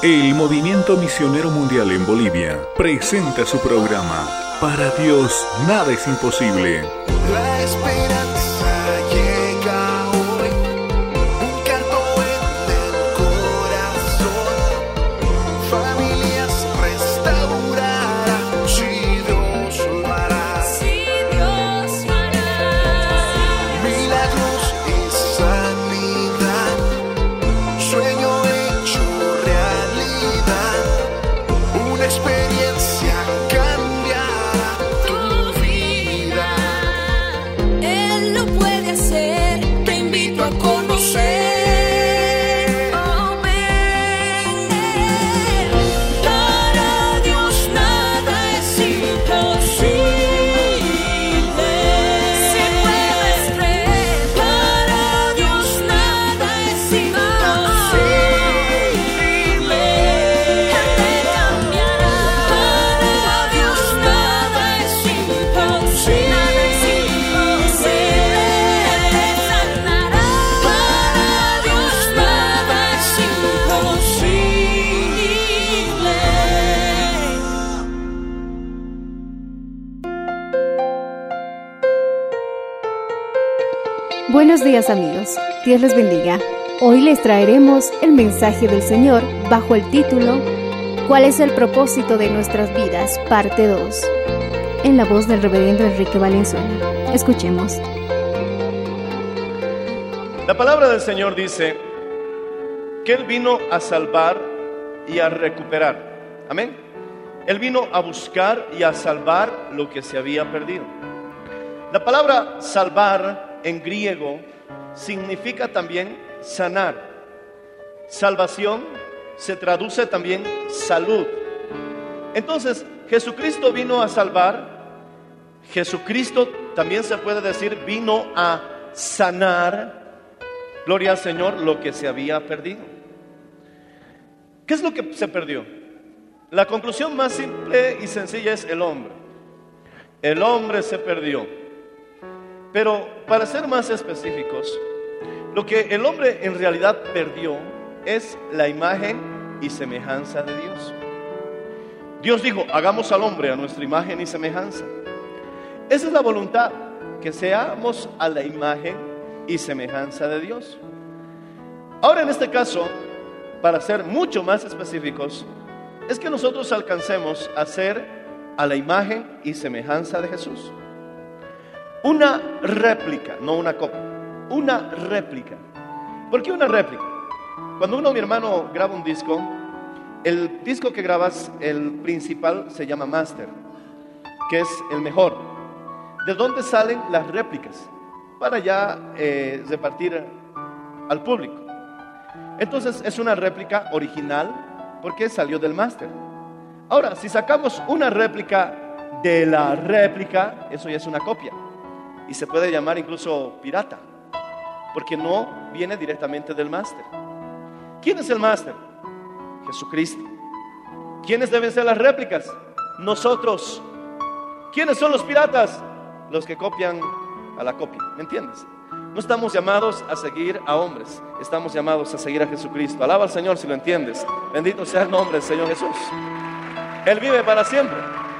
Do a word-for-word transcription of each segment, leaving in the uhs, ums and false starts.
El Movimiento Misionero Mundial en Bolivia presenta su programa Para Dios nada es imposible. La esperanza llega hoy, un canto en el corazón, familias restaurará, si Dios lo hará, si Dios lo hará, milagros y sanidad, sueño hecho realidad, una experiencia cambiará tu vida. Él lo puede hacer, te invito a conocer. Amén. Para Dios nada es imposible. Si puedes creer, para Dios nada es imposible. Él te cambiará. Para Dios nada es imposible. Nada es imposible. Él te sanará. Para Dios nada es imposible. Buenos días amigos, Dios les bendiga. Hoy les traeremos el mensaje del Señor bajo el título ¿Cuál es el propósito de nuestras vidas? Parte dos, en la voz del reverendo Enrique Valenzuela. Escuchemos. La palabra del Señor dice que Él vino a salvar y a recuperar. Amén. Él vino a buscar y a salvar lo que se había perdido. La palabra salvar en griego significa también sanar. Salvación se traduce también salud. Entonces, Jesucristo vino a salvar. Jesucristo también se puede decir vino a sanar, gloria al Señor, lo que se había perdido. ¿Qué es lo que se perdió? La conclusión más simple y sencilla es el hombre. El hombre se perdió. Pero para ser más específicos, lo que el hombre en realidad perdió es la imagen y semejanza de Dios. Dios dijo, hagamos al hombre a nuestra imagen y semejanza. Esa es la voluntad, que seamos a la imagen y semejanza de Dios. Ahora en este caso, para ser mucho más específicos, es que nosotros alcancemos a ser a la imagen y semejanza de Jesús. Una réplica, no una copia, una réplica. ¿Por qué una réplica? Cuando uno, mi hermano, graba un disco, el disco que grabas, el principal se llama master, que es el mejor. ¿De dónde salen las réplicas? Para ya eh, repartir al público. Entonces es una réplica original porque salió del máster. Ahora, si sacamos una réplica de la réplica, eso ya es una copia. Y se puede llamar incluso pirata, porque no viene directamente del máster. ¿Quién es el máster? Jesucristo. ¿Quiénes deben ser las réplicas? Nosotros. ¿Quiénes son los piratas? Los que copian a la copia, ¿me entiendes? No estamos llamados a seguir a hombres, estamos llamados a seguir a Jesucristo. Alaba al Señor si lo entiendes. Bendito sea el nombre del Señor Jesús. Él vive para siempre.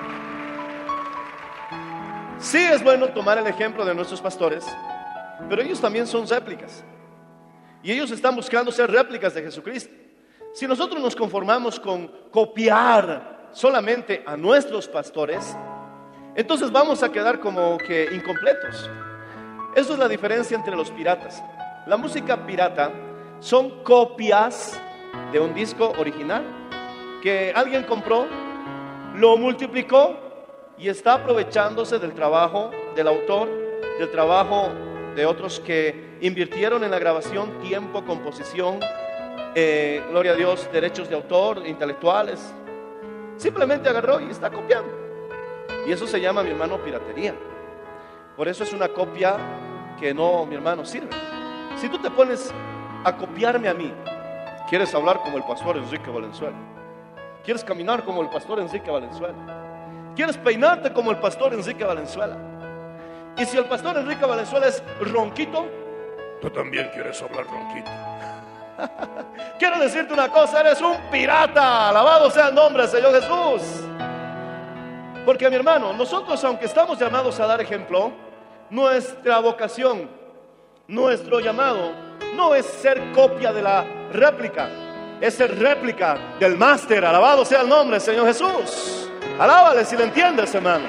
Sí es bueno tomar el ejemplo de nuestros pastores, pero ellos también son réplicas. Y ellos están buscando ser réplicas de Jesucristo. Si nosotros nos conformamos con copiar solamente a nuestros pastores, entonces vamos a quedar como que incompletos. Esa es la diferencia entre los piratas. La música pirata son copias de un disco original que alguien compró, lo multiplicó y está aprovechándose del trabajo del autor, del trabajo de otros que invirtieron en la grabación, tiempo, composición, eh, gloria a Dios, derechos de autor, intelectuales. Simplemente agarró y está copiando. Y eso se llama, mi hermano, piratería. Por eso es una copia que no, mi hermano, sirve. Si tú te pones a copiarme a mí, quieres hablar como el pastor Enrique Valenzuela, quieres caminar como el pastor Enrique Valenzuela, quieres peinarte como el pastor Enrique Valenzuela, y si el pastor Enrique Valenzuela es ronquito, tú también quieres hablar ronquito. Quiero decirte una cosa, eres un pirata. Alabado sea el nombre del Señor Jesús. Porque mi hermano, nosotros aunque estamos llamados a dar ejemplo, nuestra vocación, nuestro llamado no es ser copia de la réplica, es ser réplica del máster. Alabado sea el nombre del Señor Jesús. Alábale si lo entiendes, hermano.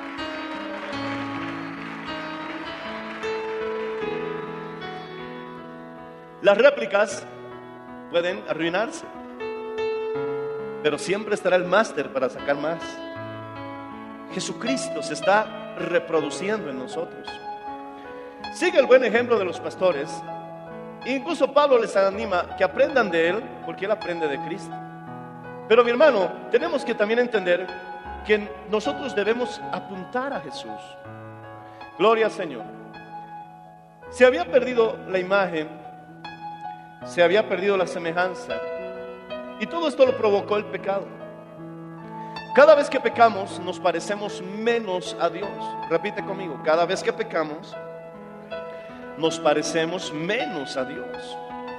Las réplicas pueden arruinarse, pero siempre estará el máster para sacar más. Jesucristo se está reproduciendo en nosotros. Sigue el buen ejemplo de los pastores. Incluso Pablo les anima que aprendan de él, porque él aprende de Cristo. Pero mi hermano, tenemos que también entender que nosotros debemos apuntar a Jesús. Gloria al Señor. Se había perdido la imagen, se había perdido la semejanza, y todo esto lo provocó el pecado. Cada vez que pecamos nos parecemos menos a Dios. Repite conmigo, cada vez que pecamos nos parecemos menos a Dios.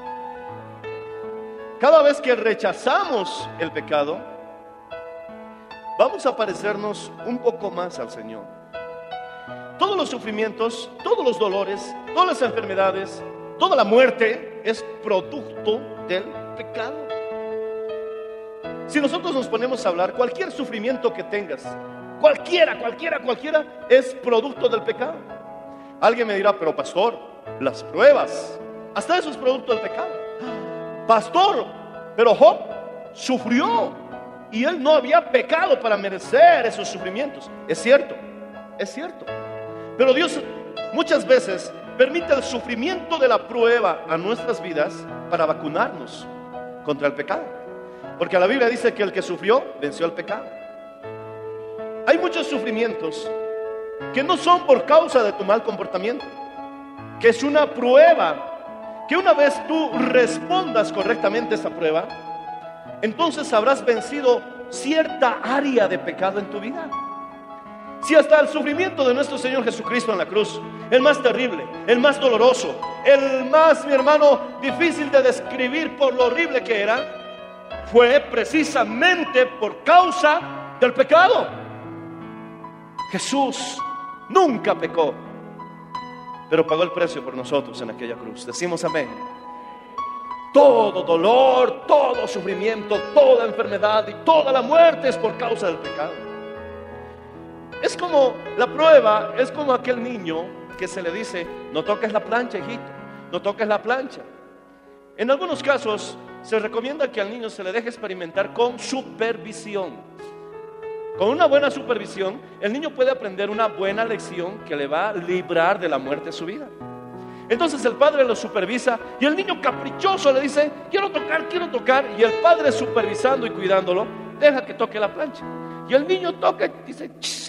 Cada vez que rechazamos el pecado, vamos a parecernos un poco más al Señor. Todos los sufrimientos, todos los dolores, todas las enfermedades, toda la muerte es producto del pecado. Si nosotros nos ponemos a hablar, cualquier sufrimiento que tengas, cualquiera, cualquiera, cualquiera, es producto del pecado. Alguien me dirá, pero pastor, las pruebas, hasta eso es producto del pecado. Pastor, pero Job sufrió y él no había pecado para merecer esos sufrimientos. Es cierto, es cierto. Pero Dios muchas veces permite el sufrimiento de la prueba a nuestras vidas para vacunarnos contra el pecado. Porque la Biblia dice que el que sufrió venció el pecado. Hay muchos sufrimientos que no son por causa de tu mal comportamiento, que es una prueba, que una vez tú respondas correctamente a esa prueba, entonces habrás vencido cierta área de pecado en tu vida. Si hasta el sufrimiento de nuestro Señor Jesucristo en la cruz, el más terrible, el más doloroso, el más, mi hermano, difícil de describir por lo horrible que era, fue precisamente por causa del pecado. Jesús nunca pecó, pero pagó el precio por nosotros en aquella cruz. Decimos amén. Todo dolor, todo sufrimiento, toda enfermedad y toda la muerte es por causa del pecado. Es como la prueba, es como aquel niño que se le dice, no toques la plancha, hijito, no toques la plancha. En algunos casos se recomienda que al niño se le deje experimentar con supervisión. Con una buena supervisión, el niño puede aprender una buena lección que le va a librar de la muerte de su vida. Entonces el padre lo supervisa y el niño caprichoso le dice, quiero tocar, quiero tocar. Y el padre supervisando y cuidándolo, deja que toque la plancha. Y el niño toca y dice,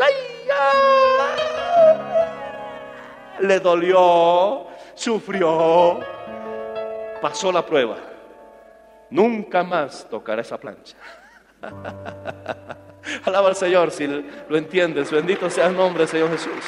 le dolió, sufrió, pasó la prueba. Nunca más tocará esa plancha. Alaba al Señor si lo entiendes. Bendito sea el nombre del Señor Jesús.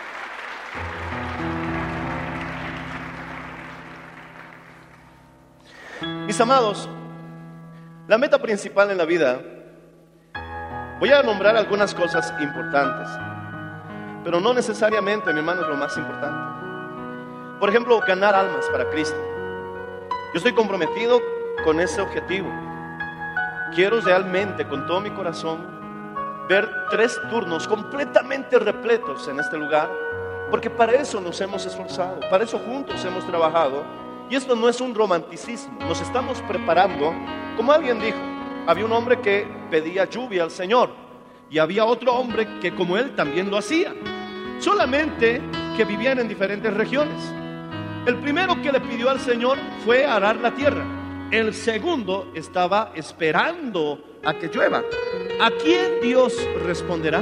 Mis amados, la meta principal en la vida, voy a nombrar algunas cosas importantes, pero no necesariamente, mi hermano, es lo más importante. Por ejemplo, ganar almas para Cristo. Yo estoy comprometido con ese objetivo. Quiero realmente, con todo mi corazón, ver tres turnos completamente repletos en este lugar, porque para eso nos hemos esforzado, para eso juntos hemos trabajado. Y esto no es un romanticismo, nos estamos preparando. Como alguien dijo, había un hombre que pedía lluvia al Señor y había otro hombre que como él también lo hacía, solamente que vivían en diferentes regiones. El primero que le pidió al Señor fue arar la tierra. El segundo estaba esperando a que llueva. ¿A quién Dios responderá?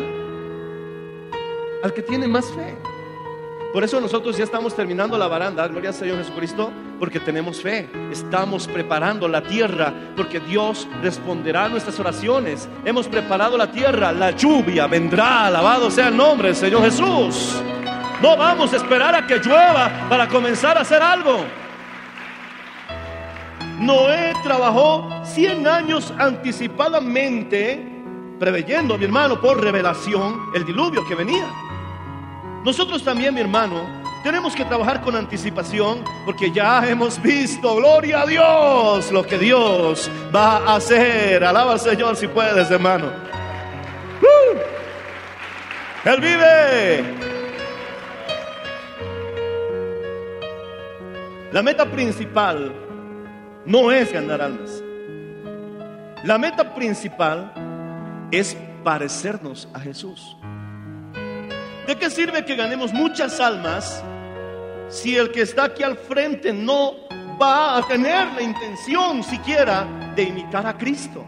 Al que tiene más fe. Por eso nosotros ya estamos terminando la baranda, gloria al Señor Jesucristo, porque tenemos fe. Estamos preparando la tierra, porque Dios responderá a nuestras oraciones. Hemos preparado la tierra, la lluvia vendrá, alabado sea el nombre del Señor Jesús. No vamos a esperar a que llueva para comenzar a hacer algo. Noé trabajó cien años anticipadamente, preveyendo, mi hermano, por revelación, el diluvio que venía. Nosotros también, mi hermano, tenemos que trabajar con anticipación, porque ya hemos visto, gloria a Dios, lo que Dios va a hacer. Alaba al Señor si puedes, hermano. ¡Uh! Él vive. La meta principal no es ganar almas. La meta principal es parecernos a Jesús. ¿De qué sirve que ganemos muchas almas si el que está aquí al frente no va a tener la intención siquiera de imitar a Cristo?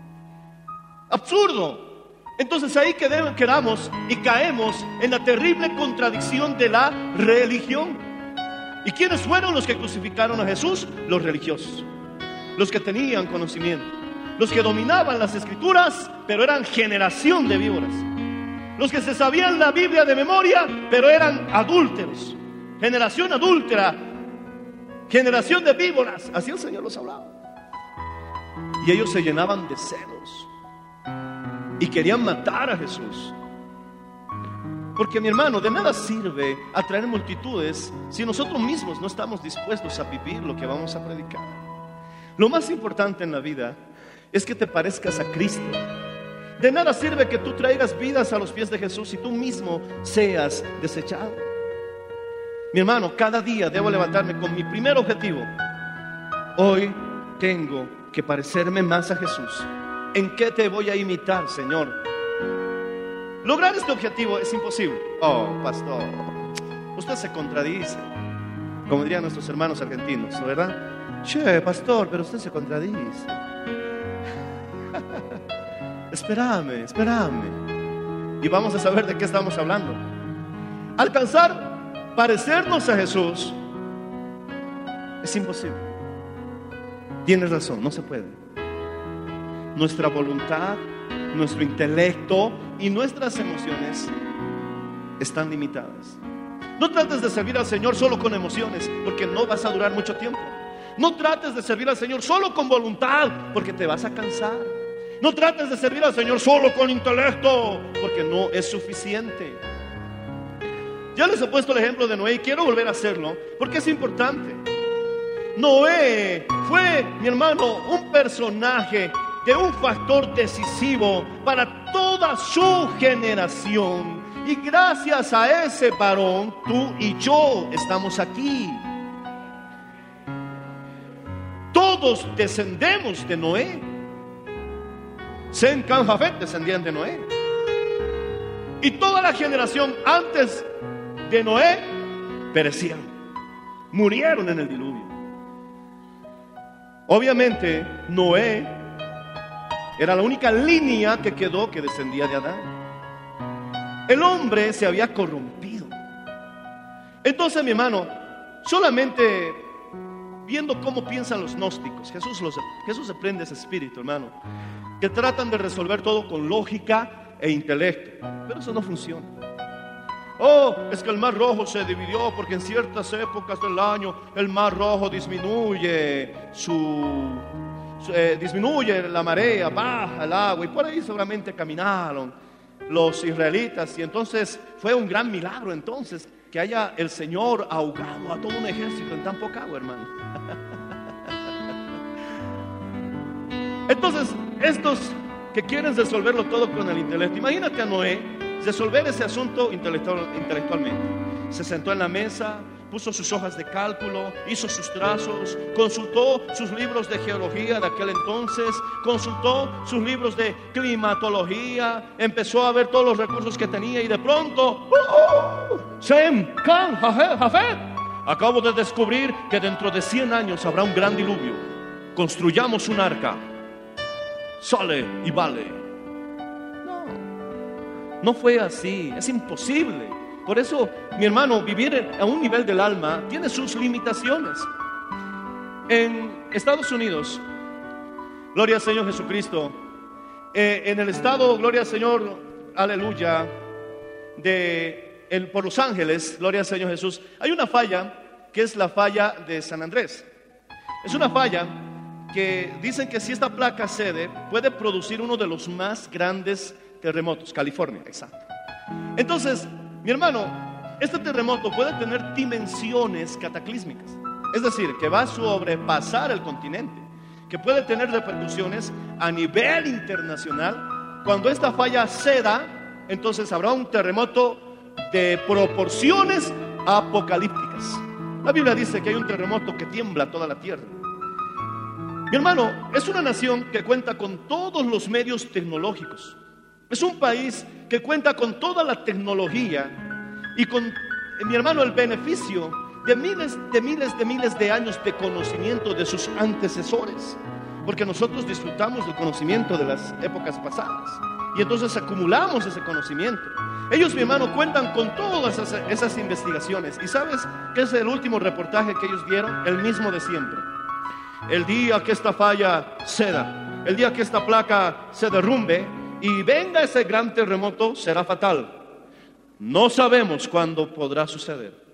Absurdo. Entonces ahí quedamos y caemos en la terrible contradicción de la religión. ¿Y quiénes fueron los que crucificaron a Jesús? Los religiosos, los que tenían conocimiento, los que dominaban las escrituras, pero eran generación de víboras, los que se sabían la Biblia de memoria, pero eran adúlteros, generación adúltera, generación de víboras. Así el Señor los hablaba. Y ellos se llenaban de celos y querían matar a Jesús. Porque, mi hermano, de nada sirve atraer multitudes si nosotros mismos no estamos dispuestos a vivir lo que vamos a predicar. Lo más importante en la vida es que te parezcas a Cristo. De nada sirve que tú traigas vidas a los pies de Jesús si tú mismo seas desechado. Mi hermano, cada día debo levantarme con mi primer objetivo. Hoy tengo que parecerme más a Jesús. ¿En qué te voy a imitar, Señor? Lograr este objetivo es imposible. Oh, pastor, usted se contradice, como dirían nuestros hermanos argentinos, ¿no, verdad? Che, pastor, pero usted se contradice. Espérame, espérame. Y vamos a saber de qué estamos hablando. Alcanzar, parecernos a Jesús es imposible. Tienes razón, no se puede. Nuestra voluntad, nuestro intelecto y nuestras emociones están limitadas. No trates de servir al Señor solo con emociones, porque no vas a durar mucho tiempo. No trates de servir al Señor solo con voluntad, porque te vas a cansar. No trates de servir al Señor solo con intelecto, porque no es suficiente. Ya les he puesto el ejemplo de Noé y quiero volver a hacerlo, porque es importante. Noé fue, mi hermano, un personaje de un factor decisivo para toda su generación. Y gracias a ese varón, tú y yo estamos aquí. Todos descendemos de Noé. Sem, Cam, Jafet descendían de Noé. Y toda la generación antes de Noé perecieron, murieron en el diluvio. Obviamente Noé era la única línea que quedó que descendía de Adán. El hombre se había corrompido. Entonces, mi hermano, solamente viendo cómo piensan los gnósticos, Jesús, los, Jesús reprende ese espíritu, hermano, que tratan de resolver todo con lógica e intelecto, pero eso no funciona. Oh, es que el mar rojo se dividió porque en ciertas épocas del año el mar rojo disminuye su, su eh, disminuye la marea, baja el agua, y por ahí seguramente caminaron los israelitas, y entonces fue un gran milagro entonces que haya el Señor ahogado a todo un ejército en tan poca agua, hermano. Entonces, estos que quieren resolverlo todo con el intelecto, imagínate a Noé resolver ese asunto intelectual, intelectualmente. Se sentó en la mesa, puso sus hojas de cálculo, hizo sus trazos, consultó sus libros de geología de aquel entonces, consultó sus libros de climatología, empezó a ver todos los recursos que tenía y de pronto, ¡oh! Sem, Cam, Jafet, acabo de descubrir que dentro de cien años habrá un gran diluvio. Construyamos un arca. Sale y vale. No, no fue así, es imposible. Por eso, mi hermano, vivir a un nivel del alma tiene sus limitaciones. En Estados Unidos, gloria al Señor Jesucristo, eh, en el estado, gloria al Señor, aleluya, de, el, por Los Ángeles, gloria al Señor Jesús, hay una falla que es la falla de San Andrés. Es una falla que dicen que si esta placa cede, puede producir uno de los más grandes terremotos. California, exacto. Entonces, mi hermano, este terremoto puede tener dimensiones cataclísmicas. Es decir, que va a sobrepasar el continente, que puede tener repercusiones a nivel internacional. Cuando esta falla ceda, entonces habrá un terremoto de proporciones apocalípticas. La Biblia dice que hay un terremoto que tiembla toda la tierra. Mi hermano, es una nación que cuenta con todos los medios tecnológicos. Es un país que cuenta con toda la tecnología y con, mi hermano, el beneficio de miles de miles de miles de años de conocimiento de sus antecesores, porque nosotros disfrutamos del conocimiento de las épocas pasadas y entonces acumulamos ese conocimiento. Ellos, mi hermano, cuentan con todas esas, esas investigaciones. ¿Y sabes qué es el último reportaje que ellos vieron? El mismo de siempre. El día que esta falla ceda, el día que esta placa se derrumbe y venga ese gran terremoto, será fatal. No sabemos cuándo podrá suceder.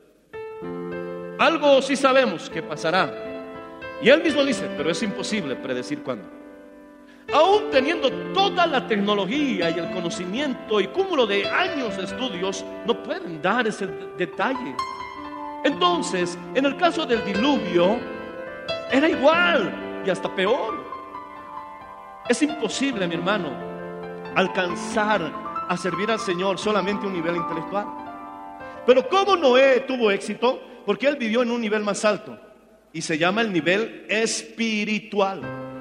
Algo sí sabemos que pasará. Y él mismo dice, pero es imposible predecir cuándo. Aún teniendo toda la tecnología y el conocimiento y cúmulo de años de estudios, no pueden dar ese detalle. Entonces, en el caso del diluvio, era igual y hasta peor. Es imposible, mi hermano, alcanzar a servir al Señor solamente a un nivel intelectual. Pero ¿cómo Noé tuvo éxito? Porque él vivió en un nivel más alto y se llama el nivel espiritual.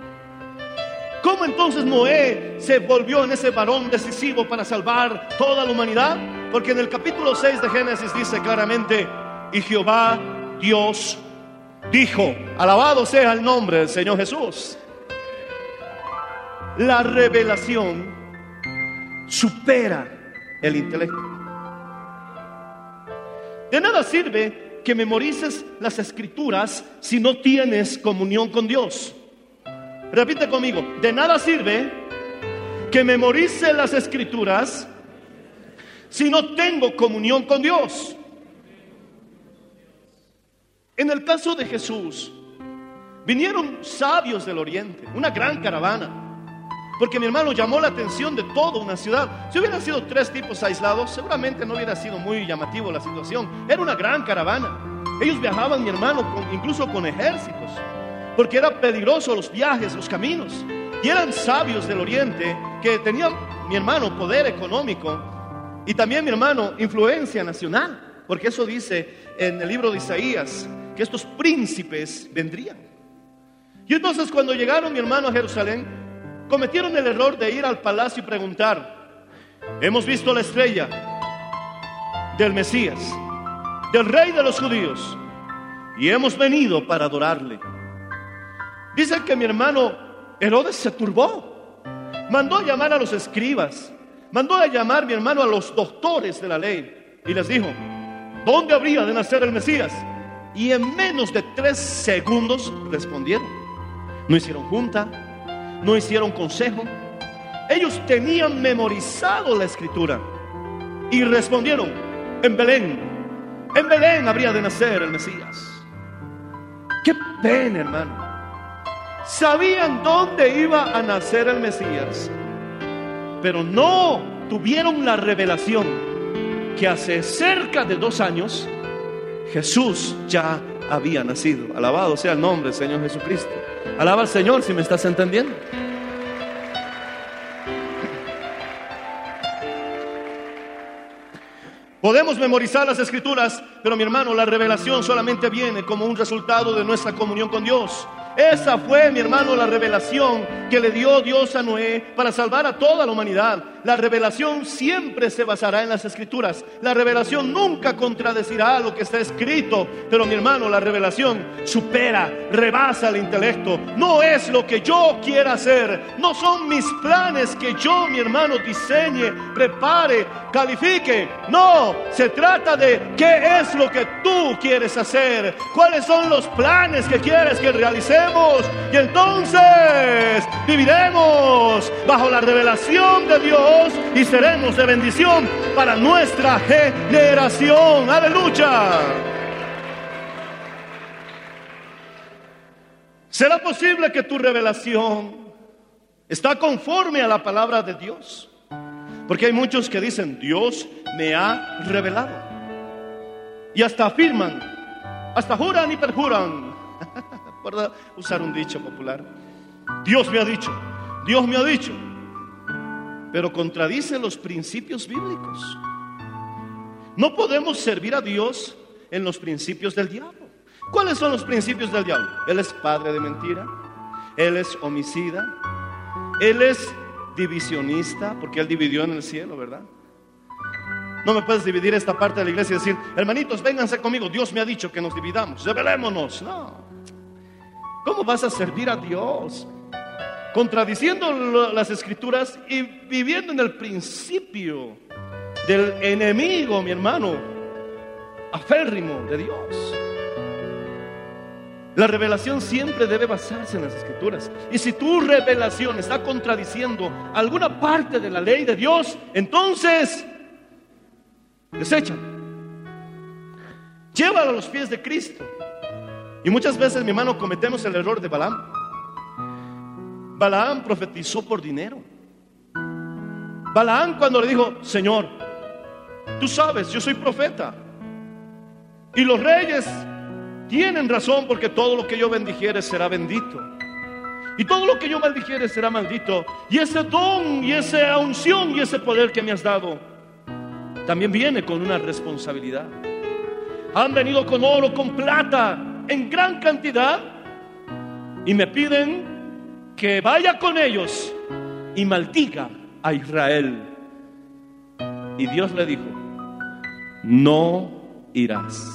¿Cómo entonces Noé se volvió en ese varón decisivo para salvar toda la humanidad? Porque en el capítulo seis de Génesis dice claramente: y Jehová Dios dijo, alabado sea el nombre del Señor Jesús. La revelación supera el intelecto. De nada sirve que memorices las escrituras si no tienes comunión con Dios. Repite conmigo: de nada sirve que memorice las escrituras si no tengo comunión con Dios. En el caso de Jesús, vinieron sabios del oriente, una gran caravana, porque mi hermano llamó la atención de toda una ciudad. Si hubieran sido tres tipos aislados, seguramente no hubiera sido muy llamativo la situación. Era una gran caravana. Ellos viajaban, mi hermano, con, incluso con ejércitos, porque era peligroso los viajes, los caminos. Y eran sabios del oriente que tenían, mi hermano, poder económico y también, mi hermano, influencia nacional, porque eso dice en el libro de Isaías, que estos príncipes vendrían. Y entonces cuando llegaron, mi hermano, a Jerusalén, cometieron el error de ir al palacio y preguntar: hemos visto la estrella del Mesías, del Rey de los judíos, y hemos venido para adorarle. Dicen que mi hermano Herodes se turbó, mandó a llamar a los escribas, mandó a llamar, mi hermano, a los doctores de la ley, y les dijo: ¿dónde habría de nacer el Mesías? Y en menos de tres segundos respondieron. No hicieron junta, no hicieron consejo. Ellos tenían memorizado la escritura y respondieron: en Belén, en Belén habría de nacer el Mesías. Qué pena, hermano. Sabían dónde iba a nacer el Mesías, pero no tuvieron la revelación que hace cerca de dos años Jesús ya había nacido. Alabado sea el nombre del Señor Jesucristo. Alaba al Señor si me estás entendiendo. Podemos memorizar las escrituras, pero mi hermano, la revelación solamente viene como un resultado de nuestra comunión con Dios. Esa fue, mi hermano, la revelación que le dio Dios a Noé para salvar a toda la humanidad. La revelación siempre se basará en las escrituras. La revelación nunca contradecirá lo que está escrito. Pero mi hermano, la revelación supera, rebasa el intelecto. No es lo que yo quiera hacer. No son mis planes que yo, mi hermano, diseñe, prepare, califique. No, se trata de qué es lo que tú quieres hacer. ¿Cuáles son los planes que quieres que realicemos? Y entonces viviremos bajo la revelación de Dios y seremos de bendición para nuestra generación. ¡Aleluya! ¿Será posible que tu revelación está conforme a la palabra de Dios? Porque hay muchos que dicen, Dios me ha revelado. Y hasta afirman, hasta juran y perjuran. Recuerda usar un dicho popular. Dios me ha dicho, Dios me ha dicho. Pero contradice los principios bíblicos. No podemos servir a Dios en los principios del diablo. ¿Cuáles son los principios del diablo? Él es padre de mentira, él es homicida, él es divisionista, porque él dividió en el cielo, ¿verdad? No me puedes dividir esta parte de la iglesia y decir, hermanitos, vénganse conmigo, Dios me ha dicho que nos dividamos, rebelémonos. No. ¿Cómo vas a servir a Dios? Contradiciendo las escrituras y viviendo en el principio del enemigo, mi hermano, aférrimo de Dios. La revelación siempre debe basarse en las escrituras. Y si tu revelación está contradiciendo alguna parte de la ley de Dios, entonces deséchala, llévala a los pies de Cristo. Y muchas veces, mi hermano, cometemos el error de Balaam. Balaam profetizó por dinero. Balaam, cuando le dijo, Señor, tú sabes, yo soy profeta, y los reyes tienen razón, porque todo lo que yo bendijere será bendito, y todo lo que yo maldijere será maldito. Y ese don y esa unción y ese poder que me has dado también viene con una responsabilidad. Han venido con oro, con plata en gran cantidad, y me piden que vaya con ellos y maldiga a Israel. Y Dios le dijo, no irás.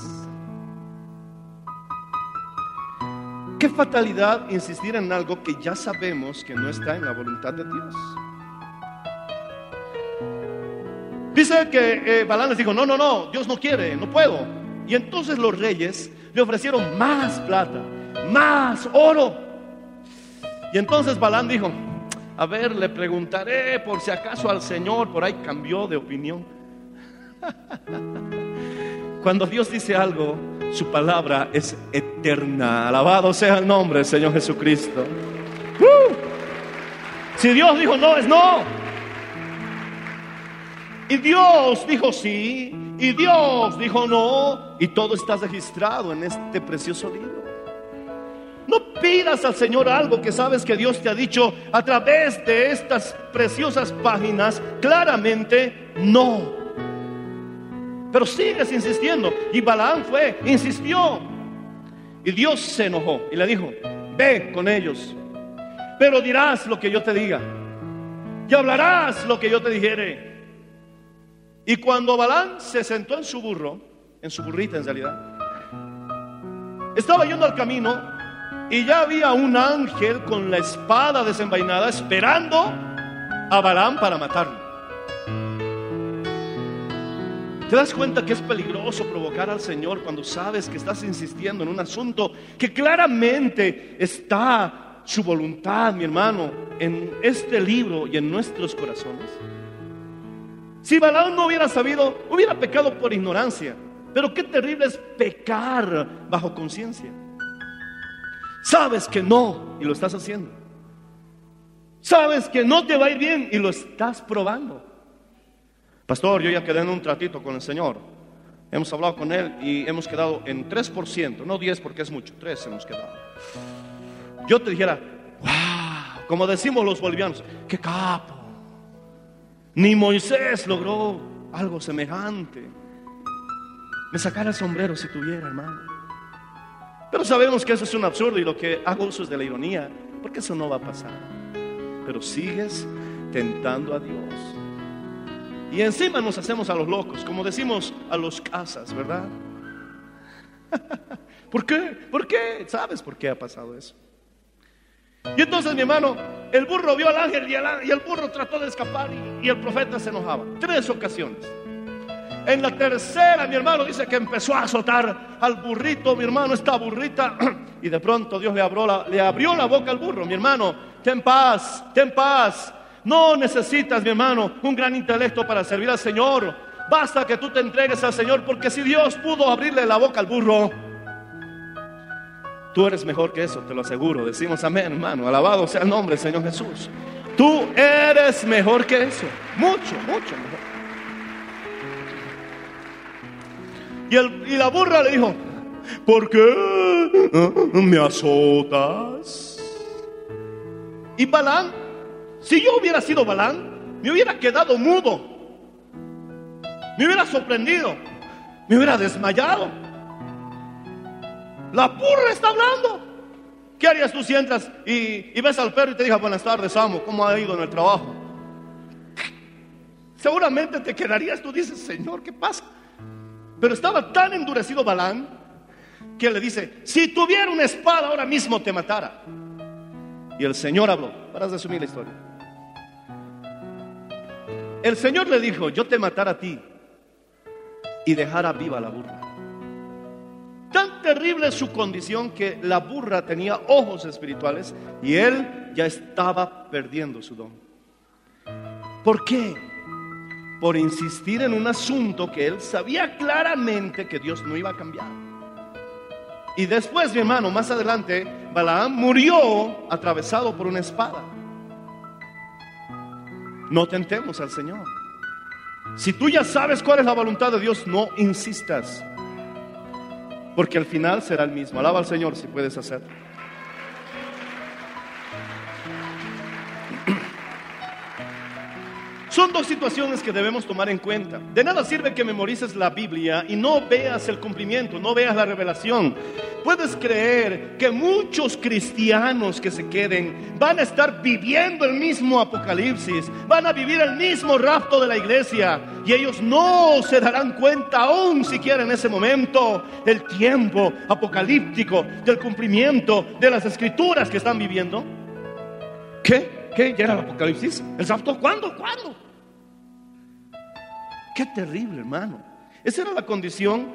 Qué fatalidad insistir en algo que ya sabemos que no está en la voluntad de Dios. Dice que eh, Balaam les dijo, no, no, no, Dios no quiere, no puedo. Y entonces los reyes le ofrecieron más plata, más oro. Y entonces Balaam dijo, a ver, le preguntaré por si acaso al Señor por ahí cambió de opinión. Cuando Dios dice algo, su palabra es eterna. Alabado sea el nombre del Señor Jesucristo. ¡Uh! Si Dios dijo no, es no. Y Dios dijo sí, y Dios dijo no, y todo está registrado en este precioso libro. No pidas al Señor algo que sabes que Dios te ha dicho a través de estas preciosas páginas claramente no. Pero sigues insistiendo. Y Balaam fue, insistió. Y Dios se enojó y le dijo, ve con ellos, pero dirás lo que yo te diga, y hablarás lo que yo te dijere. Y cuando Balaam se sentó en su burro, en su burrita en realidad, estaba yendo al camino, y ya había un ángel con la espada desenvainada esperando a Balaam para matarlo. ¿Te das cuenta que es peligroso provocar al Señor cuando sabes que estás insistiendo en un asunto que claramente está su voluntad, mi hermano, en este libro y en nuestros corazones? Si Balaam no hubiera sabido, hubiera pecado por ignorancia. Pero qué terrible es pecar bajo conciencia. Sabes que no y lo estás haciendo. Sabes que no te va a ir bien y lo estás probando. Pastor, yo ya quedé en un tratito con el Señor. Hemos hablado con Él y hemos quedado en tres por ciento, no diez porque es mucho, tres hemos quedado. Yo te dijera, wow, como decimos los bolivianos, qué capo. Ni Moisés logró algo semejante. Me sacara el sombrero si tuviera, hermano. Pero sabemos que eso es un absurdo y lo que hago uso es de la ironía, porque eso no va a pasar. Pero sigues tentando a Dios. Y encima nos hacemos a los locos, como decimos a los casas, ¿verdad? ¿Por qué? ¿Por qué? ¿Sabes por qué ha pasado eso? Y entonces, mi hermano, el burro vio al ángel y el, y el burro trató de escapar y, y el profeta se enojaba. Tres ocasiones. En la tercera, mi hermano, dice que empezó a azotar al burrito, mi hermano, esta burrita. Y de pronto Dios le abrió la, le abrió la boca al burro. Mi hermano, ten paz, ten paz. No necesitas, mi hermano, un gran intelecto para servir al Señor. Basta que tú te entregues al Señor, porque si Dios pudo abrirle la boca al burro, Tú eres mejor que eso, te lo aseguro. Decimos amén, hermano. Alabado sea el nombre del Señor Jesús. Tú eres mejor que eso. Mucho, mucho mejor. Y, el, y la burra le dijo: ¿por qué me azotas? Y Balaam, si yo hubiera sido Balaam, me hubiera quedado mudo, me hubiera sorprendido, me hubiera desmayado. La burra está hablando. ¿Qué harías tú si entras y, y ves al perro y te diga: buenas tardes, amo, ¿cómo ha ido en el trabajo? Seguramente te quedarías, tú dices: Señor, ¿qué pasa? Pero estaba tan endurecido Balaam que le dice: si tuviera una espada ahora mismo te matara. Y el Señor habló. Para resumir la historia, el Señor le dijo: yo te matara a ti y dejara viva a la burra. Tan terrible es su condición que la burra tenía ojos espirituales y él ya estaba perdiendo su don. ¿Por qué? Por insistir en un asunto que él sabía claramente que Dios no iba a cambiar. Y después, mi hermano, más adelante, Balaam murió atravesado por una espada. No tentemos al Señor. Si tú ya sabes cuál es la voluntad de Dios, no insistas, porque al final será el mismo. Alaba al Señor si puedes hacerlo. Son dos situaciones que debemos tomar en cuenta. De nada sirve que memorices la Biblia y no veas el cumplimiento, no veas la revelación. Puedes creer que muchos cristianos que se queden van a estar viviendo el mismo Apocalipsis, van a vivir el mismo rapto de la iglesia, y ellos no se darán cuenta aún siquiera en ese momento del tiempo apocalíptico, del cumplimiento de las escrituras que están viviendo. ¿Qué? ¿Qué? ¿Ya era el Apocalipsis? ¿El rapto? ¿Cuándo? ¿Cuándo? Qué terrible, hermano. Esa era la condición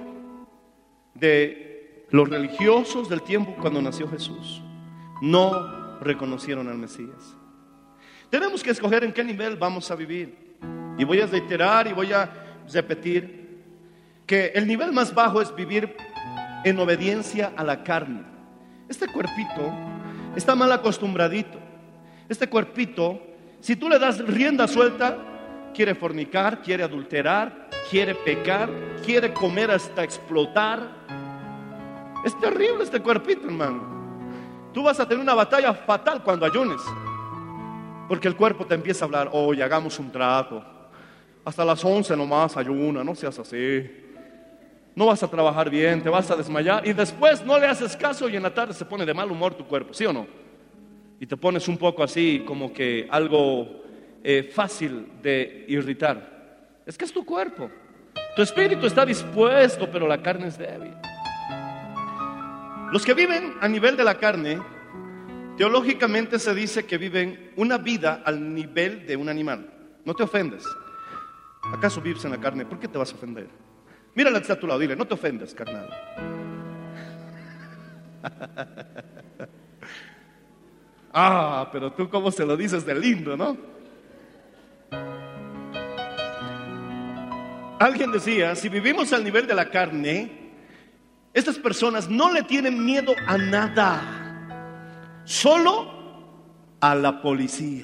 de los religiosos del tiempo cuando nació Jesús. No reconocieron al Mesías. Tenemos que escoger en qué nivel vamos a vivir. Y voy a reiterar y voy a repetir que el nivel más bajo es vivir en obediencia a la carne. Este cuerpito está mal acostumbradito. Este cuerpito, si tú le das rienda suelta, quiere fornicar, quiere adulterar, quiere pecar, quiere comer hasta explotar. Es terrible este cuerpito, hermano. Tú vas a tener una batalla fatal cuando ayunes, porque el cuerpo te empieza a hablar: oye, hagamos un trato, hasta las once nomás ayuna, no seas así, no vas a trabajar bien, te vas a desmayar. Y después no le haces caso y en la tarde se pone de mal humor tu cuerpo, ¿sí o no? Y te pones un poco así, como que algo eh, fácil de irritar. Es que es tu cuerpo. Tu espíritu está dispuesto, pero la carne es débil. Los que viven a nivel de la carne, teológicamente se dice que viven una vida al nivel de un animal. No te ofendes. ¿Acaso vives en la carne? ¿Por qué te vas a ofender? Mírale que está a tu lado, dile: no te ofendas, carnal. Ah, pero tú cómo se lo dices de lindo, ¿no? Alguien decía: si vivimos al nivel de la carne, estas personas no le tienen miedo a nada, solo a la policía.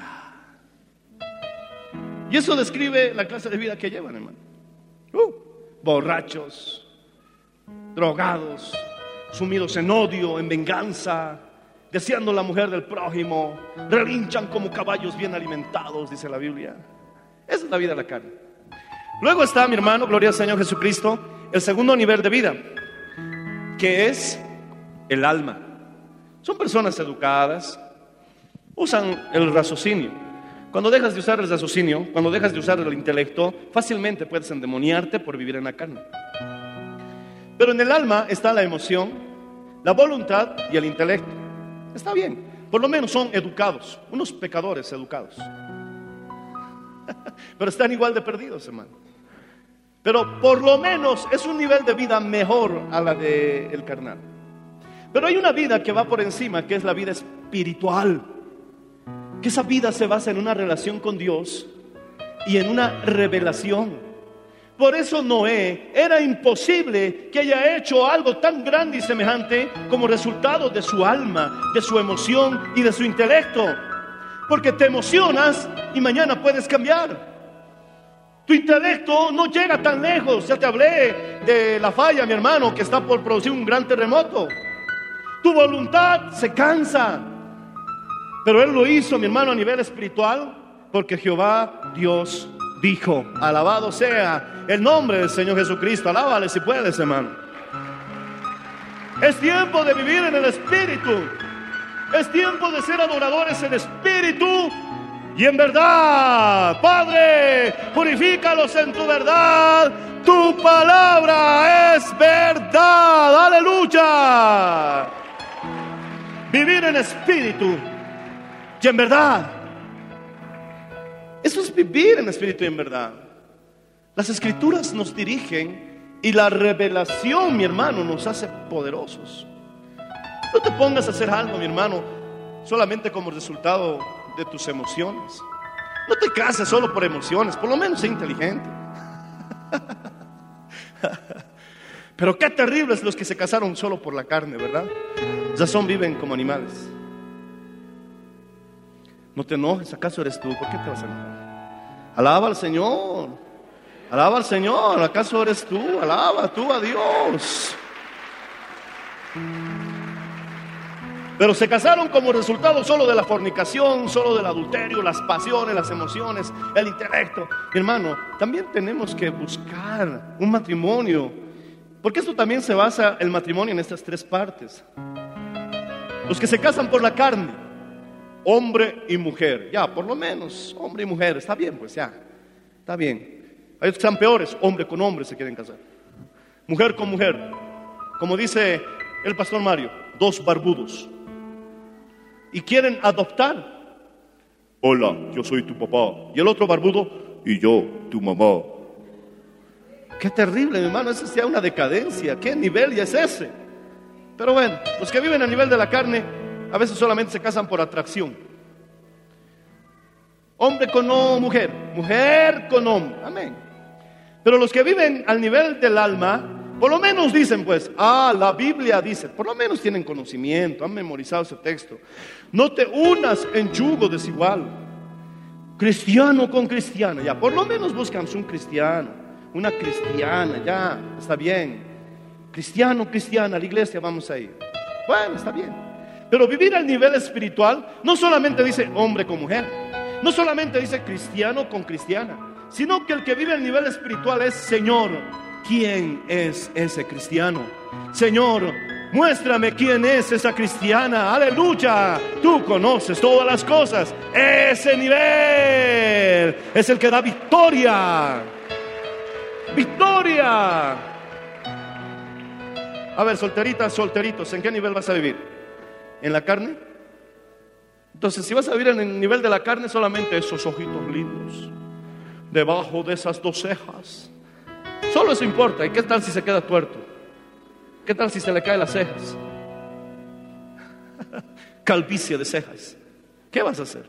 Y eso describe la clase de vida que llevan, hermano. Uh, borrachos, drogados, sumidos en odio, en venganza, deseando la mujer del prójimo, relinchan como caballos bien alimentados, dice la Biblia. Esa es la vida de la carne. Luego está, mi hermano, gloria al Señor Jesucristo, el segundo nivel de vida, que es el alma. Son personas educadas, usan el raciocinio. Cuando dejas de usar el raciocinio, cuando dejas de usar el intelecto, fácilmente puedes endemoniarte por vivir en la carne. Pero en el alma está la emoción, la voluntad y el intelecto. Está bien, por lo menos son educados, unos pecadores educados. Pero están igual de perdidos, hermano. Pero por lo menos es un nivel de vida mejor a la del carnal. Pero hay una vida que va por encima, que es la vida espiritual. Que esa vida se basa en una relación con Dios y en una revelación. Por eso Noé era imposible que haya hecho algo tan grande y semejante como resultado de su alma, de su emoción y de su intelecto. Porque te emocionas y mañana puedes cambiar. Tu intelecto no llega tan lejos. Ya te hablé de La Falla, mi hermano, que está por producir un gran terremoto. Tu voluntad se cansa. Pero Él lo hizo, mi hermano, a nivel espiritual, porque Jehová Dios dijo. Alabado sea el nombre del Señor Jesucristo. Alábale si puedes, hermano. Es tiempo de vivir en el Espíritu. Es tiempo de ser adoradores en espíritu y en verdad. Padre, purifícalos en tu verdad. Tu palabra es verdad. Aleluya. Vivir en espíritu y en verdad. Eso es vivir en espíritu y en verdad. Las escrituras nos dirigen y la revelación, mi hermano, nos hace poderosos. No te pongas a hacer algo, mi hermano, solamente como resultado de tus emociones. No te cases solo por emociones, por lo menos sé inteligente. Pero qué terribles los que se casaron solo por la carne, ¿verdad? Ya son, viven como animales. No te enojes, ¿acaso eres tú? ¿Por qué te vas a enojar? Alaba al Señor. Alaba al Señor, ¿acaso eres tú? Alaba tú a Dios. Pero se casaron como resultado solo de la fornicación, solo del adulterio, las pasiones, las emociones, el intelecto. Mi hermano, también tenemos que buscar un matrimonio, porque esto también se basa el matrimonio en estas tres partes. Los que se casan por la carne, hombre y mujer, ya, por lo menos, hombre y mujer, está bien, pues ya, está bien. Hay otros que están peores, hombre con hombre se quieren casar, mujer con mujer, como dice el pastor Mario, dos barbudos. Y quieren adoptar. Hola, yo soy tu papá. Y el otro barbudo, y yo, tu mamá. Qué terrible, mi hermano, esa sea una decadencia. ¿Qué nivel ya es ese? Pero bueno, los que viven a nivel de la carne a veces solamente se casan por atracción. Hombre con no, mujer, mujer con hombre, amén. Pero los que viven al nivel del alma, por lo menos dicen pues, ah, la Biblia dice, por lo menos tienen conocimiento, han memorizado ese texto. No te unas en yugo desigual. Cristiano con cristiana, ya, por lo menos buscan un cristiano, una cristiana, ya, está bien. Cristiano, cristiana, a la iglesia vamos a ir. Bueno, está bien. Pero vivir al nivel espiritual no solamente dice hombre con mujer, no solamente dice cristiano con cristiana, sino que el que vive al nivel espiritual es Señor. ¿Quién es ese cristiano? Señor, muéstrame quién es esa cristiana. Aleluya. Tú conoces todas las cosas. Ese nivel es el que da victoria. Victoria. A ver, solteritas, solteritos, ¿en qué nivel vas a vivir? ¿En la carne? Entonces, si vas a vivir en el nivel de la carne, solamente esos ojitos lindos, debajo de esas dos cejas. Solo eso importa. ¿Y qué tal si se queda tuerto? ¿Qué tal si se le caen las cejas? Calvicie de cejas. ¿Qué vas a hacer?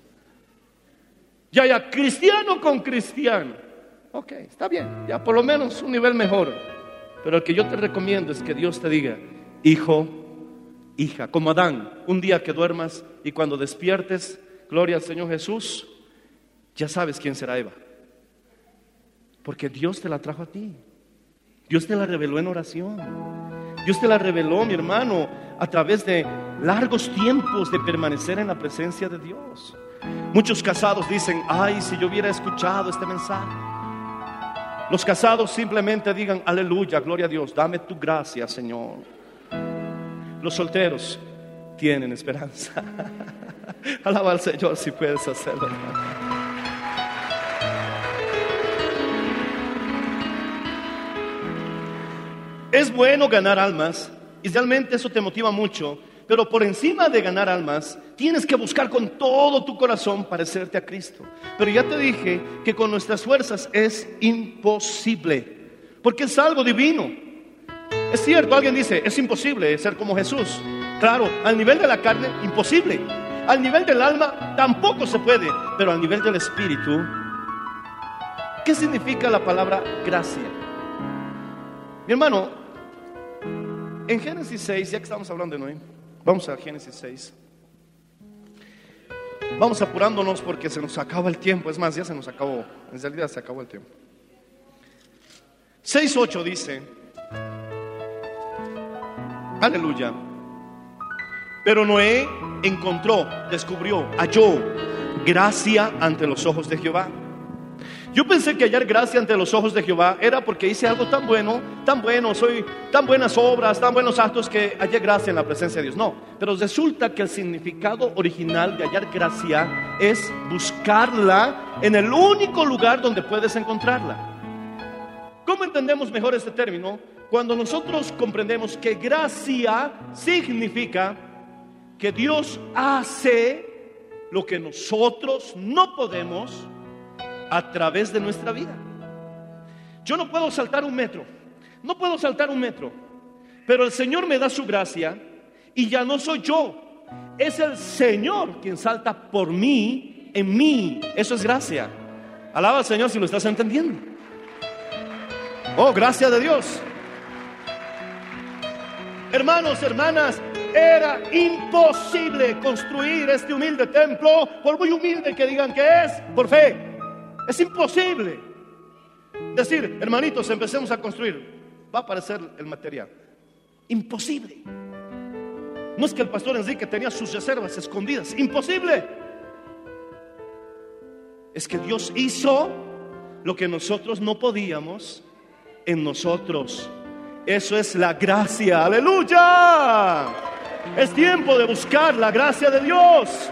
Ya, ya, cristiano con cristiano. Ok, está bien, ya por lo menos un nivel mejor. Pero el que yo te recomiendo es que Dios te diga, hijo, hija, como Adán, un día que duermas y cuando despiertes, gloria al Señor Jesús, ya sabes quién será Eva. Porque Dios te la trajo a ti. Dios te la reveló en oración. Dios te la reveló, mi hermano, a través de largos tiempos de permanecer en la presencia de Dios. Muchos casados dicen, ay, si yo hubiera escuchado este mensaje. Los casados simplemente digan, aleluya, gloria a Dios, dame tu gracia, Señor. Los solteros tienen esperanza. Alaba al Señor si puedes hacerlo. Es bueno ganar almas, y realmente eso te motiva mucho, pero por encima de ganar almas, tienes que buscar con todo tu corazón parecerte a Cristo. Pero ya te dije que con nuestras fuerzas es imposible, porque es algo divino. Es cierto, alguien dice, es imposible ser como Jesús. Claro, al nivel de la carne, imposible. Al nivel del alma, tampoco se puede, pero al nivel del espíritu, ¿Qué significa la palabra gracia? Mi hermano, en Génesis seis, ya que estamos hablando de Noé, vamos a Génesis seis. Vamos apurándonos porque se nos acaba el tiempo. Es más, ya se nos acabó. En realidad se acabó el tiempo. seis ocho dice: aleluya. Pero Noé encontró, descubrió, halló gracia ante los ojos de Jehová. Yo pensé que hallar gracia ante los ojos de Jehová era porque hice algo tan bueno, tan bueno, soy tan buenas obras, tan buenos actos que hallé gracia en la presencia de Dios. No, pero resulta que el significado original de hallar gracia es buscarla en el único lugar donde puedes encontrarla. ¿Cómo entendemos mejor este término? Cuando nosotros comprendemos que gracia significa que Dios hace lo que nosotros no podemos a través de nuestra vida. Yo no puedo saltar un metro, no puedo saltar un metro, pero el Señor me da su gracia y ya no soy yo, es el Señor quien salta por mí, en mí. Eso es gracia. Alaba al Señor si lo estás entendiendo. Oh, gracia de Dios. Hermanos, hermanas, era imposible construir este humilde templo, por muy humilde que digan que es, por fe. Es imposible decir, hermanitos, empecemos a construir. Va a aparecer el material. Imposible. No es que el pastor Enrique tenía sus reservas escondidas. Imposible. Es que Dios hizo lo que nosotros no podíamos en nosotros. Eso es la gracia. ¡Aleluya! Es tiempo de buscar la gracia de Dios.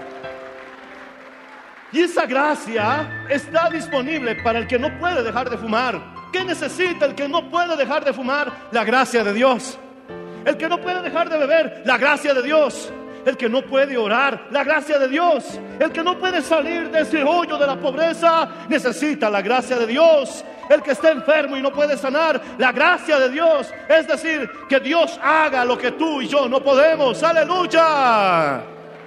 Y esa gracia está disponible para el que no puede dejar de fumar. ¿Qué necesita el que no puede dejar de fumar? La gracia de Dios. El que no puede dejar de beber, la gracia de Dios. El que no puede orar, la gracia de Dios. El que no puede salir de ese hoyo de la pobreza, necesita la gracia de Dios. El que está enfermo y no puede sanar, la gracia de Dios. Es decir, que Dios haga lo que tú y yo no podemos. ¡Aleluya!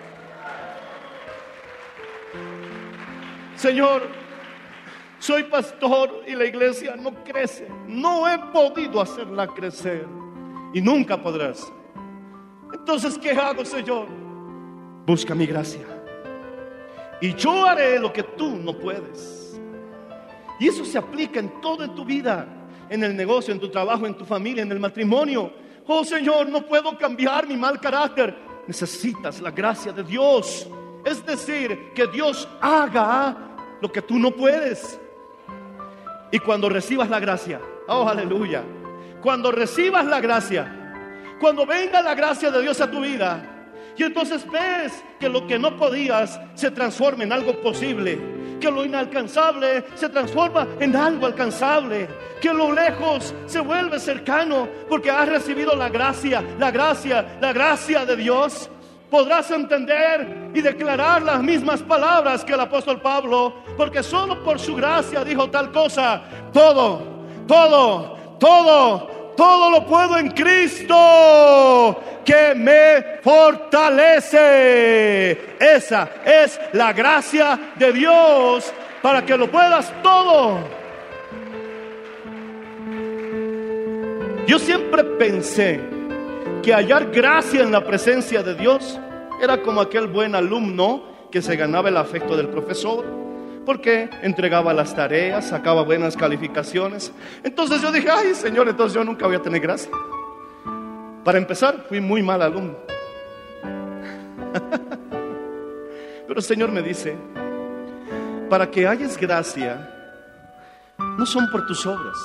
Señor, soy pastor y la iglesia no crece. No he podido hacerla crecer y nunca podrás. Entonces, ¿qué hago, Señor? Busca mi gracia y yo haré lo que tú no puedes. Y eso se aplica en todo en tu vida, en el negocio, en tu trabajo, en tu familia, en el matrimonio. Oh, Señor, no puedo cambiar mi mal carácter. Necesitas la gracia de Dios. Es decir, que Dios haga lo que tú no puedes. Y cuando recibas la gracia, oh, aleluya, cuando recibas la gracia, cuando venga la gracia de Dios a tu vida, y entonces ves que lo que no podías se transforma en algo posible, que lo inalcanzable se transforma en algo alcanzable, que lo lejos se vuelve cercano, porque has recibido la gracia, la gracia, la gracia de Dios. Podrás entender y declarar las mismas palabras que el apóstol Pablo, porque solo por su gracia dijo tal cosa: todo, todo, todo, todo lo puedo en Cristo que me fortalece. Esa es la gracia de Dios para que lo puedas todo. Yo siempre pensé que hallar gracia en la presencia de Dios era como aquel buen alumno que se ganaba el afecto del profesor, porque entregaba las tareas, sacaba buenas calificaciones. Entonces yo dije, ay, Señor, entonces yo nunca voy a tener gracia. Para empezar, fui muy mal alumno. Pero el Señor me dice, para que halles gracia, no son por tus obras.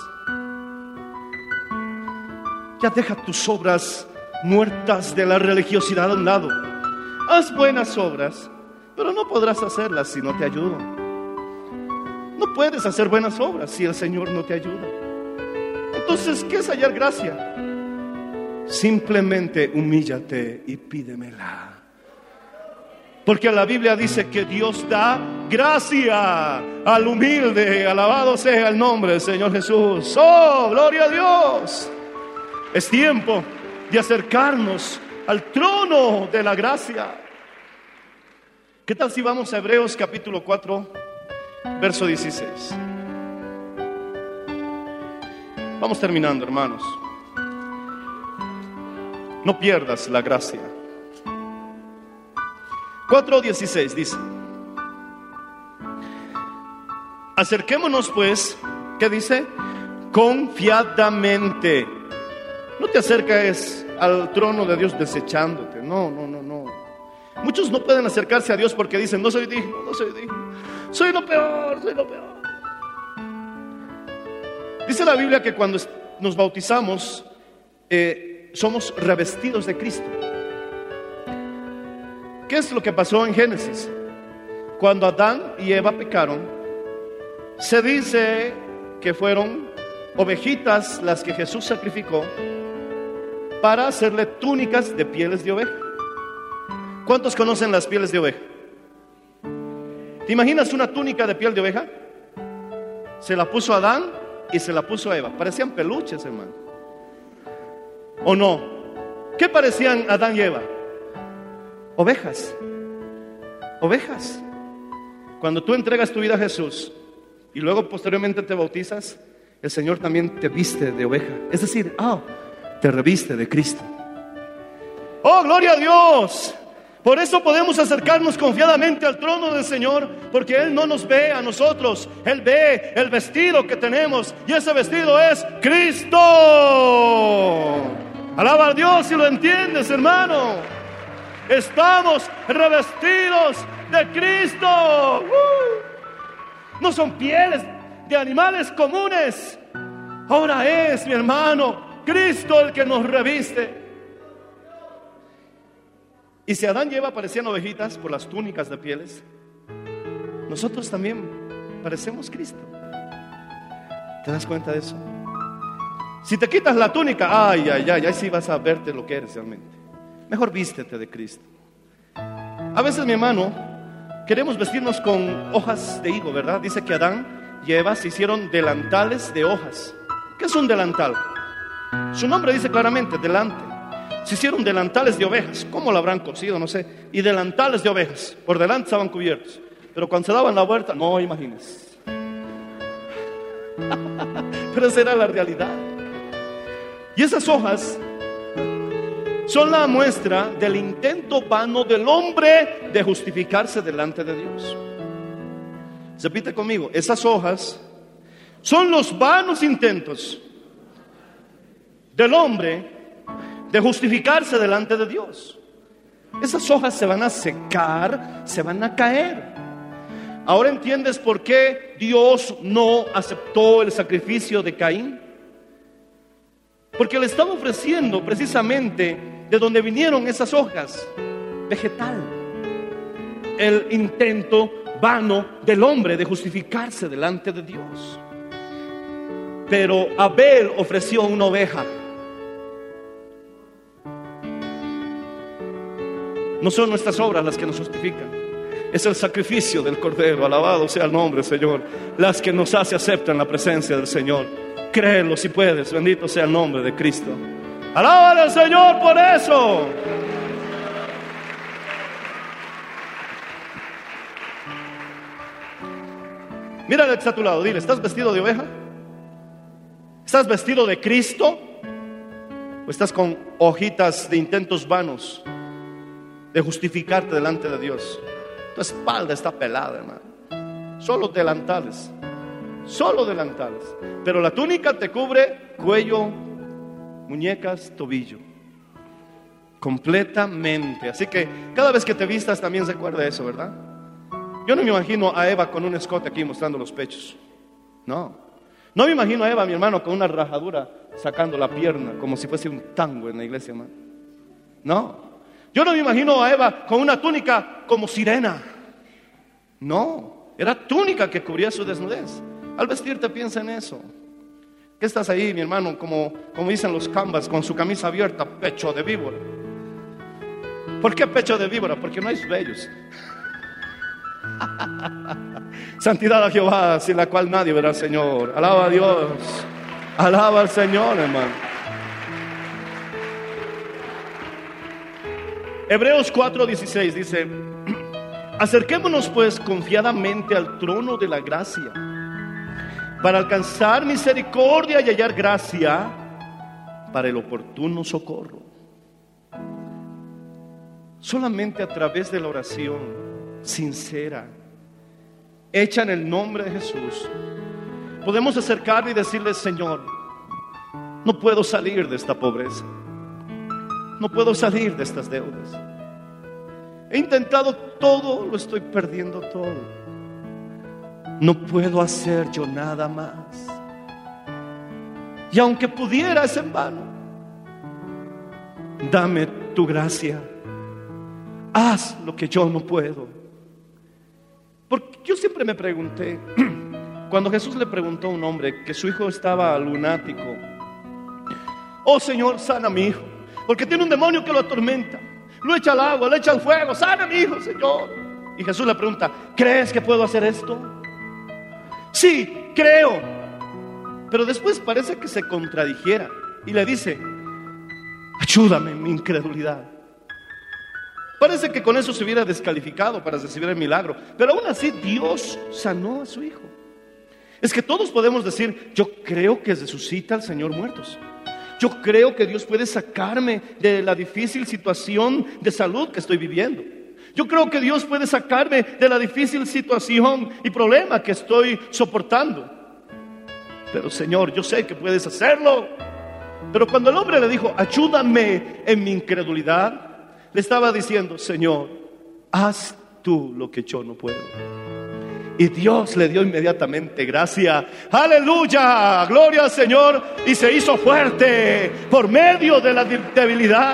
Ya deja tus obras muertas de la religiosidad a un lado. Haz buenas obras, pero no podrás hacerlas si no te ayudo. No puedes hacer buenas obras si el Señor no te ayuda. Entonces, ¿qué es hallar gracia? Simplemente humíllate y pídemela. Porque la Biblia dice que Dios da gracia al humilde. Alabado sea el nombre del Señor Jesús. ¡Oh, gloria a Dios! Es tiempo de acercarnos al trono de la gracia. ¿Qué tal si vamos a Hebreos capítulo cuatro, verso dieciséis? Vamos terminando, hermanos. No pierdas la gracia. cuatro dieciséis dice: acerquémonos pues, ¿qué dice? Confiadamente. No te acerques al trono de Dios desechándote. No, no, no, no. Muchos no pueden acercarse a Dios porque dicen: no soy digno, no soy digno. Soy lo peor, soy lo peor. Dice la Biblia que cuando nos bautizamos, eh, somos revestidos de Cristo. ¿Qué es lo que pasó en Génesis? Cuando Adán y Eva pecaron, se dice que fueron ovejitas las que Jesús sacrificó para hacerle túnicas de pieles de oveja. ¿Cuántos conocen las pieles de oveja? ¿Te imaginas una túnica de piel de oveja? Se la puso Adán y se la puso Eva. Parecían peluches, hermano. ¿O no? ¿Qué parecían Adán y Eva? Ovejas. Ovejas. Cuando tú entregas tu vida a Jesús y luego posteriormente te bautizas, el Señor también te viste de oveja. Es decir, ah, oh, te reviste de Cristo. ¡Oh, gloria a Dios! Por eso podemos acercarnos confiadamente al trono del Señor, porque Él no nos ve a nosotros. Él ve el vestido que tenemos, y ese vestido es Cristo. Alaba a Dios si lo entiendes, hermano. Estamos revestidos de Cristo. ¡Uh! No son pieles de animales comunes. Ahora es, mi hermano, Cristo el que nos reviste. Y si Adán y Eva parecían ovejitas por las túnicas de pieles, nosotros también parecemos Cristo. ¿Te das cuenta de eso? Si te quitas la túnica, ay, ay, ay, ahí sí vas a verte lo que eres realmente. Mejor vístete de Cristo. A veces, mi hermano, queremos vestirnos con hojas de higo, ¿verdad? Dice que Adán y Eva se hicieron delantales de hojas. ¿Qué es un delantal? Su nombre dice claramente, delante. Se hicieron delantales de ovejas. ¿Cómo lo habrán cosido? No sé. Y delantales de ovejas. Por delante estaban cubiertos. Pero cuando se daban la vuelta, no, imagínense. Pero esa era la realidad. Y esas hojas son la muestra del intento vano del hombre de justificarse delante de Dios. Repite conmigo. Esas hojas son los vanos intentos del hombre de justificarse delante de Dios. Esas hojas se van a secar, se van a caer. Ahora entiendes por qué Dios no aceptó el sacrificio de Caín. Porque le estaba ofreciendo precisamente de donde vinieron esas hojas, vegetal. El intento vano del hombre de justificarse delante de Dios. Pero Abel ofreció una oveja. No son nuestras obras las que nos justifican. Es el sacrificio del Cordero. Alabado sea el nombre, Señor. Las que nos hace aceptar en la presencia del Señor. Créelo si puedes. Bendito sea el nombre de Cristo. Alábale al Señor por eso. Mira al que está a tu lado. Dile, ¿estás vestido de oveja? ¿Estás vestido de Cristo? ¿O estás con hojitas de intentos vanos de justificarte delante de Dios? Tu espalda está pelada, hermano. Solo delantales. Solo delantales. Pero la túnica te cubre cuello, muñecas, tobillo. Completamente. Así que cada vez que te vistas también recuerda eso, ¿verdad? Yo no me imagino a Eva con un escote aquí mostrando los pechos. No. No me imagino a Eva, mi hermano, con una rajadura sacando la pierna como si fuese un tango en la iglesia, hermano. No. Yo no me imagino a Eva con una túnica como sirena. No, era túnica que cubría su desnudez. Al vestirte piensa en eso. ¿Qué estás ahí, mi hermano? Como, como dicen los cambas, con su camisa abierta, pecho de víbora. ¿Por qué pecho de víbora? Porque no hay vellos. Santidad a Jehová, sin la cual nadie verá al Señor. Alaba a Dios. Alaba al Señor, hermano. Hebreos cuatro dieciséis dice: acerquémonos pues confiadamente al trono de la gracia, para alcanzar misericordia y hallar gracia para el oportuno socorro. Solamente a través de la oración sincera, hecha en el nombre de Jesús, podemos acercarle y decirle: Señor, no puedo salir de esta pobreza, no puedo salir de estas deudas. He intentado todo, lo estoy perdiendo todo. No puedo hacer yo nada más. Y aunque pudiera, es en vano. Dame tu gracia. Haz lo que yo no puedo. Porque yo siempre me pregunté, cuando Jesús le preguntó a un hombre que su hijo estaba lunático: oh Señor, sana a mi hijo, porque tiene un demonio que lo atormenta. Lo echa al agua, lo echa al fuego. Sana a mi hijo, Señor. Y Jesús le pregunta: ¿crees que puedo hacer esto? Sí, creo. Pero después parece que se contradijera y le dice: ayúdame en mi incredulidad. Parece que con eso se hubiera descalificado para recibir el milagro, pero aún así Dios sanó a su hijo. Es que todos podemos decir: yo creo que resucita al Señor muertos. Yo creo que Dios puede sacarme de la difícil situación de salud que estoy viviendo. Yo creo que Dios puede sacarme de la difícil situación y problema que estoy soportando. Pero Señor, yo sé que puedes hacerlo. Pero cuando el hombre le dijo: ayúdame en mi incredulidad, le estaba diciendo: Señor, haz tú lo que yo no puedo. Y Dios le dio inmediatamente gracia. ¡Aleluya! ¡Gloria al Señor! Y se hizo fuerte por medio de la debilidad.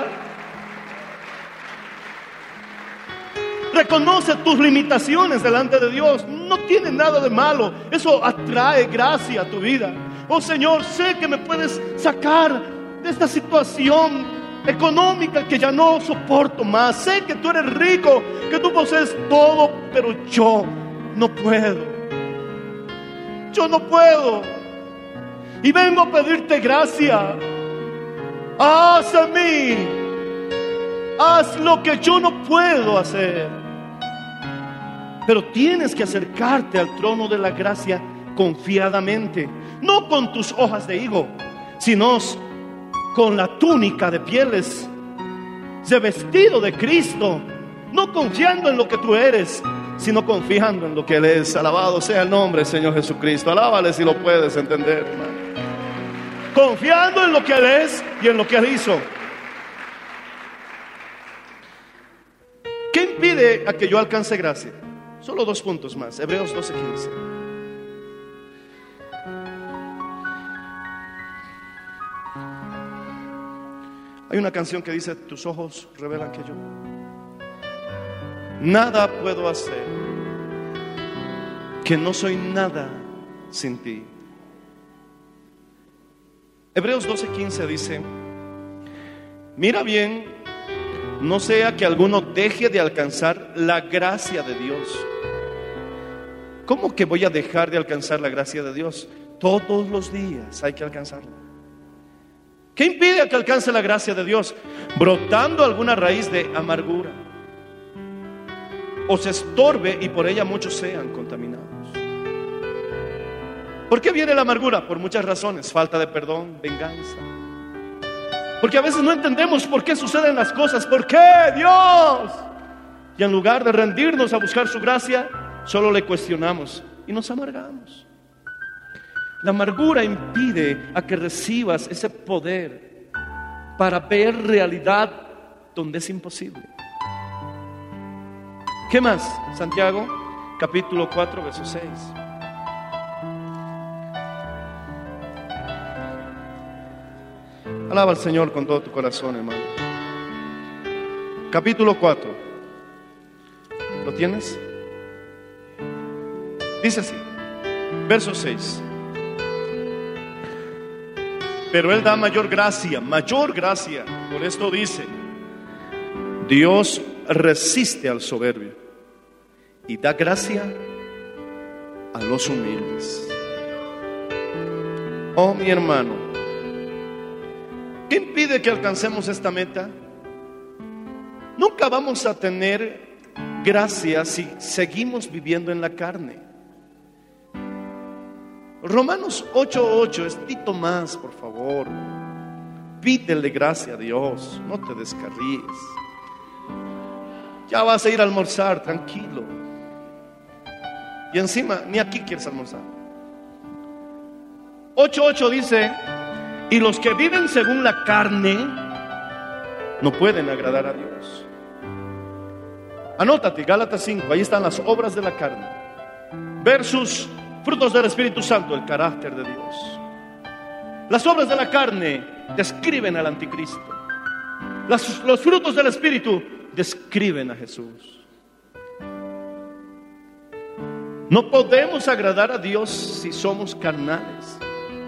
Reconoce tus limitaciones delante de Dios. No tiene nada de malo. Eso atrae gracia a tu vida. Oh Señor, sé que me puedes sacar de esta situación económica que ya no soporto más. Sé que tú eres rico, que tú posees todo, pero yo no puedo. Yo no puedo. Y vengo a pedirte gracia. Haz en mí. Haz lo que yo no puedo hacer. Pero tienes que acercarte al trono de la gracia confiadamente. No con tus hojas de higo, sino con la túnica de pieles, de vestido de Cristo. No confiando en lo que tú eres, sino confiando en lo que Él es. Alabado sea el nombre del Señor Jesucristo. Alábale si lo puedes entender, hermano. Confiando en lo que Él es y en lo que Él hizo. ¿Qué impide a que yo alcance gracia? Solo dos puntos más. Hebreos doce quince. Hay una canción que dice: tus ojos revelan que yo nada puedo hacer, que no soy nada sin ti. Hebreos doce quince dice: mira bien, no sea que alguno deje de alcanzar la gracia de Dios. ¿Cómo que voy a dejar de alcanzar la gracia de Dios? Todos los días hay que alcanzarla. ¿Qué impide a que alcance la gracia de Dios? Brotando alguna raíz de amargura, o se estorbe y por ella muchos sean contaminados. ¿Por qué viene la amargura? Por muchas razones: falta de perdón, venganza. Porque a veces no entendemos por qué suceden las cosas. ¿Por qué, Dios? Y en lugar de rendirnos a buscar su gracia, solo le cuestionamos y nos amargamos. La amargura impide a que recibas ese poder para ver realidad donde es imposible. ¿Qué más? Santiago, capítulo cuatro, verso seis. Alaba al Señor con todo tu corazón, hermano. Capítulo cuatro. ¿Lo tienes? Dice así, verso seis. Pero Él da mayor gracia, mayor gracia. Por esto dice: Dios resiste al soberbio y da gracia a los humildes. Oh, mi hermano, ¿qué impide que alcancemos esta meta? Nunca vamos a tener gracia si seguimos viviendo en la carne. Romanos ocho ocho, estito más, por favor. Pídele gracia a Dios, no te descarríes. Ya vas a ir a almorzar, tranquilo. Y encima, ni aquí quieres almorzar. ocho ocho dice: y los que viven según la carne no pueden agradar a Dios. Anótate, Gálatas cinco, ahí están las obras de la carne versus frutos del Espíritu Santo, el carácter de Dios. Las obras de la carne describen al anticristo. Las, los frutos del Espíritu describen a Jesús. No podemos agradar a Dios si somos carnales.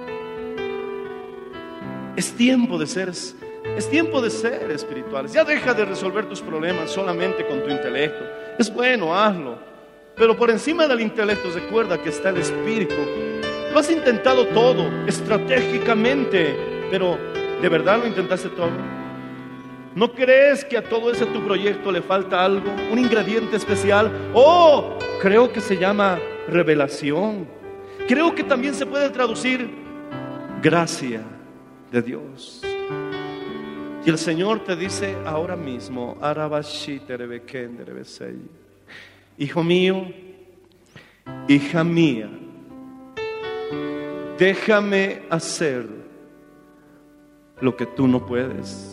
Es tiempo de ser, es tiempo de ser espirituales. Ya deja de resolver tus problemas solamente con tu intelecto. Es bueno, hazlo, pero por encima del intelecto recuerda que está el Espíritu. Lo has intentado todo estratégicamente, pero ¿de verdad lo intentaste todo? ¿No crees que a todo ese tu proyecto le falta algo? ¿Un ingrediente especial? Oh, creo que se llama revelación. Creo que también se puede traducir gracia de Dios. Y el Señor te dice ahora mismo: hijo mío, hija mía, déjame hacer lo que tú no puedes.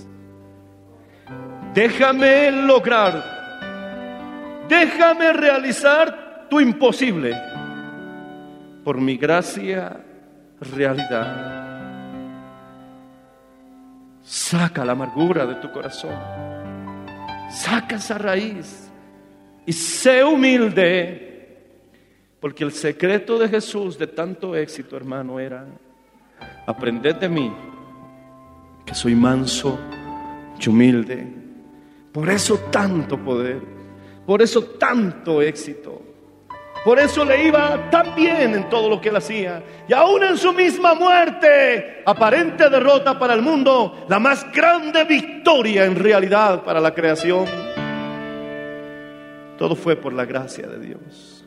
Déjame lograr, déjame realizar tu imposible. Por mi gracia, realidad. Saca la amargura de tu corazón, saca esa raíz y sé humilde, porque el secreto de Jesús de tanto éxito, hermano, era: aprended de mí, que soy manso y humilde. Por eso tanto poder, por eso tanto éxito, por eso le iba tan bien en todo lo que él hacía. Y aún en su misma muerte, aparente derrota para el mundo, la más grande victoria en realidad para la creación. Todo fue por la gracia de Dios.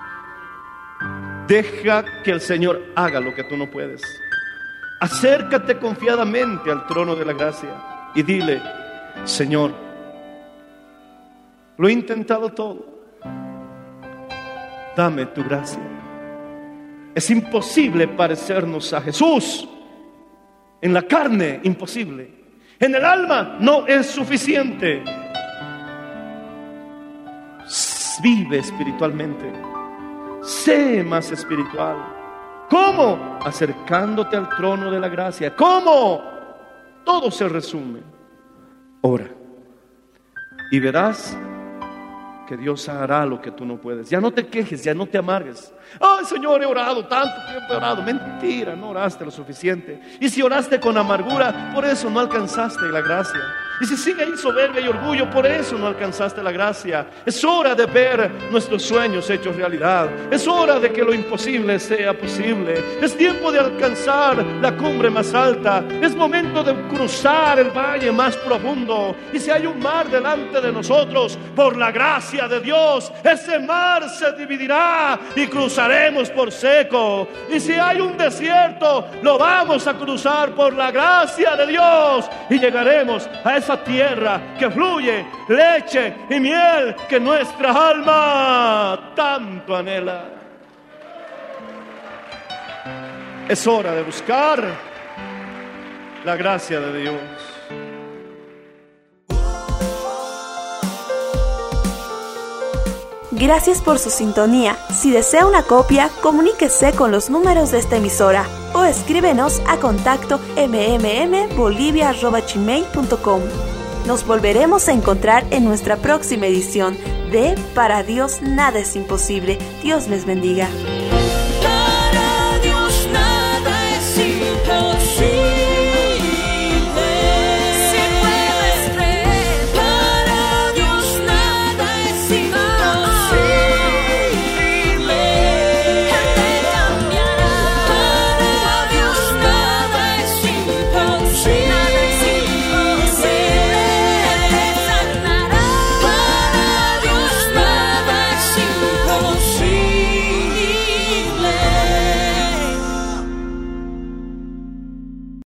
Deja que el Señor haga lo que tú no puedes. Acércate confiadamente al trono de la gracia y dile: Señor, lo he intentado todo, dame tu gracia. Es imposible parecernos a Jesús. En la carne, imposible. En el alma, no es suficiente. Vive espiritualmente. Sé más espiritual. ¿Cómo? Acercándote al trono de la gracia. ¿Cómo? Todo se resume: ora y verás que Dios hará lo que tú no puedes. Ya no te quejes, ya no te amargues. Ay, Señor, he orado tanto tiempo, he orado. Mentira, no oraste lo suficiente. Y si oraste con amargura, por eso no alcanzaste la gracia. Y si sigue ahí soberbia y orgullo, por eso no alcanzaste la gracia. Es hora de ver nuestros sueños hechos realidad. Es hora de que lo imposible sea posible. Es tiempo de alcanzar la cumbre más alta. Es momento de cruzar el valle más profundo. Y si hay un mar delante de nosotros, por la gracia de Dios, ese mar se dividirá y cruzaremos por seco. Y si hay un desierto, lo vamos a cruzar por la gracia de Dios y llegaremos a esa tierra que fluye leche y miel, que nuestra alma tanto anhela. Es hora de buscar la gracia de Dios. Gracias por su sintonía. Si desea una copia, comuníquese con los números de esta emisora o escríbenos a contacto mmm.bolivia arroba gmail punto com. Nos volveremos a encontrar en nuestra próxima edición de Para Dios Nada es Imposible. Dios les bendiga.